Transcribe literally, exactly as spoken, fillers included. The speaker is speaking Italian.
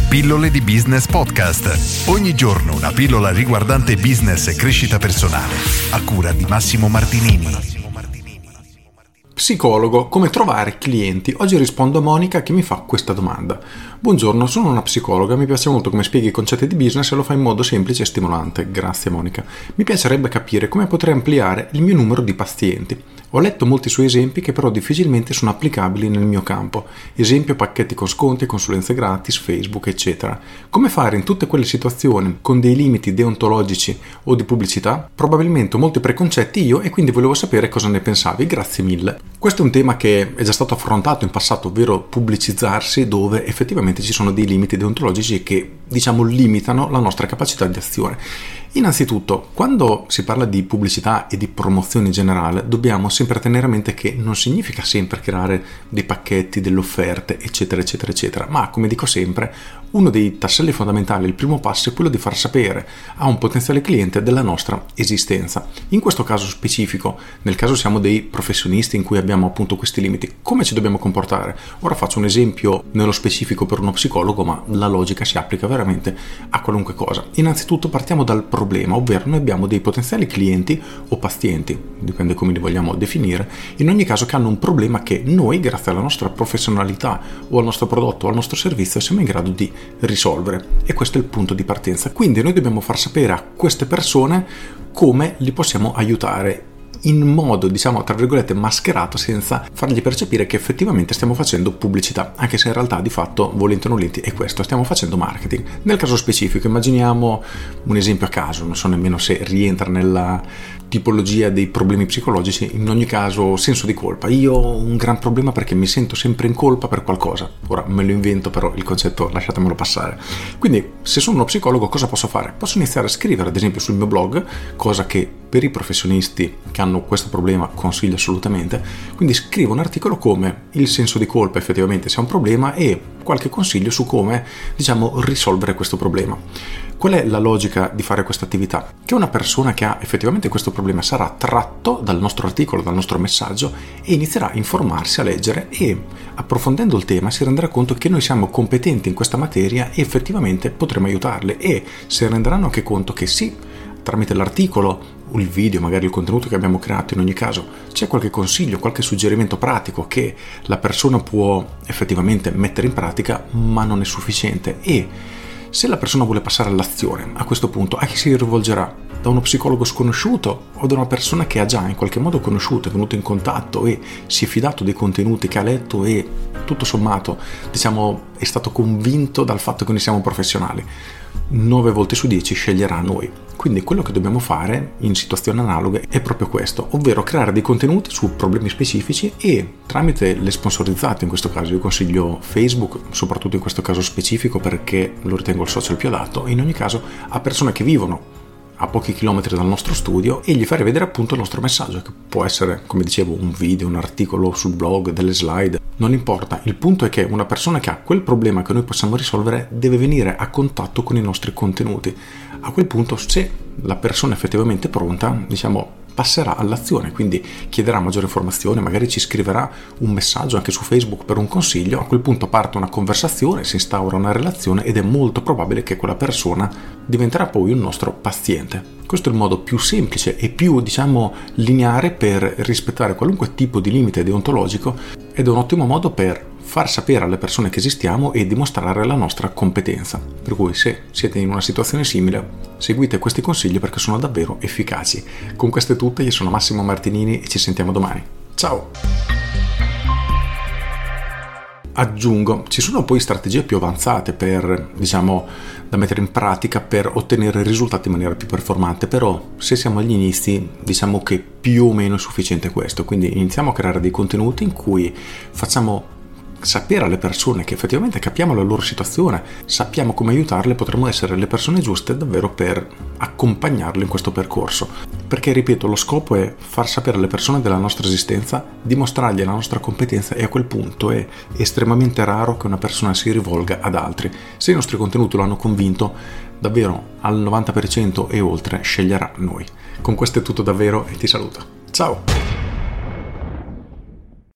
Pillole di Business Podcast. Ogni giorno una pillola riguardante business e crescita personale. A cura di Massimo Martinini. Psicologo, come trovare clienti? Oggi rispondo a Monica che mi fa questa domanda. Buongiorno, sono una psicologa, mi piace molto come spieghi i concetti di business e lo fai in modo semplice e stimolante. Grazie Monica. Mi piacerebbe capire come potrei ampliare il mio numero di pazienti. Ho letto molti suoi esempi che però difficilmente sono applicabili nel mio campo. Esempio pacchetti con sconti, consulenze gratis, Facebook, eccetera. Come fare in tutte quelle situazioni con dei limiti deontologici o di pubblicità? Probabilmente ho molti preconcetti io e quindi volevo sapere cosa ne pensavi. Grazie mille. Questo è un tema che è già stato affrontato in passato, ovvero pubblicizzarsi, dove effettivamente ci sono dei limiti deontologici che, diciamo, limitano la nostra capacità di azione. Innanzitutto, quando si parla di pubblicità e di promozione in generale, dobbiamo sempre tenere a mente che non significa sempre creare dei pacchetti, delle offerte, eccetera, eccetera, eccetera, ma, come dico sempre, uno dei tasselli fondamentali, il primo passo, è quello di far sapere a un potenziale cliente della nostra esistenza. In questo caso specifico, nel caso siamo dei professionisti in cui abbiamo appunto questi limiti, come ci dobbiamo comportare? Ora faccio un esempio nello specifico per uno psicologo, ma la logica si applica veramente a qualunque cosa. Innanzitutto partiamo dal problema, ovvero noi abbiamo dei potenziali clienti o pazienti, dipende come li vogliamo definire, in ogni caso che hanno un problema che noi, grazie alla nostra professionalità o al nostro prodotto o al nostro servizio, siamo in grado di risolvere, e questo è il punto di partenza. Quindi noi dobbiamo far sapere a queste persone come li possiamo aiutare in modo, diciamo, tra virgolette mascherato, senza fargli percepire che effettivamente stiamo facendo pubblicità, anche se in realtà di fatto, volenti o nolenti, è questo, stiamo facendo marketing. Nel caso specifico immaginiamo un esempio a caso, non so nemmeno se rientra nella tipologia dei problemi psicologici. In ogni caso, senso di colpa. Io ho un gran problema perché mi sento sempre in colpa per qualcosa. Ora me lo invento, però il concetto lasciatemelo passare. Quindi, se sono uno psicologo, cosa posso fare? Posso iniziare a scrivere, ad esempio, sul mio blog, cosa che per i professionisti che hanno questo problema consiglio assolutamente. Quindi scrivo un articolo come il senso di colpa effettivamente sia un problema e qualche consiglio su come, diciamo, risolvere questo problema. Qual è la logica di fare questa attività? Che una persona che ha effettivamente questo problema sarà tratto dal nostro articolo, dal nostro messaggio, e inizierà a informarsi, a leggere, e approfondendo il tema si renderà conto che noi siamo competenti in questa materia e effettivamente potremo aiutarle, e si renderanno anche conto che sì, tramite l'articolo o il video, magari il contenuto che abbiamo creato, in ogni caso c'è qualche consiglio, qualche suggerimento pratico che la persona può effettivamente mettere in pratica, ma non è sufficiente. E se la persona vuole passare all'azione, a questo punto a chi si rivolgerà? Da uno psicologo sconosciuto o da una persona che ha già in qualche modo conosciuto, è venuto in contatto e si è fidato dei contenuti che ha letto e tutto sommato, diciamo, è stato convinto dal fatto che noi siamo professionali? nove volte su dieci sceglierà noi. Quindi quello che dobbiamo fare in situazioni analoghe è proprio questo, ovvero creare dei contenuti su problemi specifici e tramite le sponsorizzate, in questo caso io consiglio Facebook, soprattutto in questo caso specifico perché lo ritengo il social più adatto, in ogni caso a persone che vivono a pochi chilometri dal nostro studio, e gli fare vedere appunto il nostro messaggio, che può essere, come dicevo, un video, un articolo sul blog, delle slide, non importa. Il punto è che una persona che ha quel problema che noi possiamo risolvere deve venire a contatto con i nostri contenuti. A quel punto, se la persona è effettivamente pronta, diciamo, passerà all'azione, quindi chiederà maggiore informazione, magari ci scriverà un messaggio anche su Facebook per un consiglio. A quel punto parte una conversazione, si instaura una relazione ed è molto probabile che quella persona diventerà poi un nostro paziente. Questo è il modo più semplice e più, diciamo, lineare per rispettare qualunque tipo di limite deontologico, ed è un ottimo modo per far sapere alle persone che esistiamo e dimostrare la nostra competenza. Per cui, se siete in una situazione simile, seguite questi consigli perché sono davvero efficaci. Con questo è tutto, io sono Massimo Martinini e ci sentiamo domani. Ciao! Aggiungo, ci sono poi strategie più avanzate per, diciamo, da mettere in pratica per ottenere risultati in maniera più performante, però se siamo agli inizi, diciamo che più o meno è sufficiente questo. Quindi iniziamo a creare dei contenuti in cui facciamo sapere alle persone che effettivamente capiamo la loro situazione, sappiamo come aiutarle, potremmo essere le persone giuste davvero per accompagnarle in questo percorso. Perché, ripeto, lo scopo è far sapere alle persone della nostra esistenza, dimostrargli la nostra competenza, e a quel punto è estremamente raro che una persona si rivolga ad altri. Se i nostri contenuti lo hanno convinto, davvero al novanta per cento e oltre sceglierà noi. Con questo è tutto davvero e ti saluto. Ciao!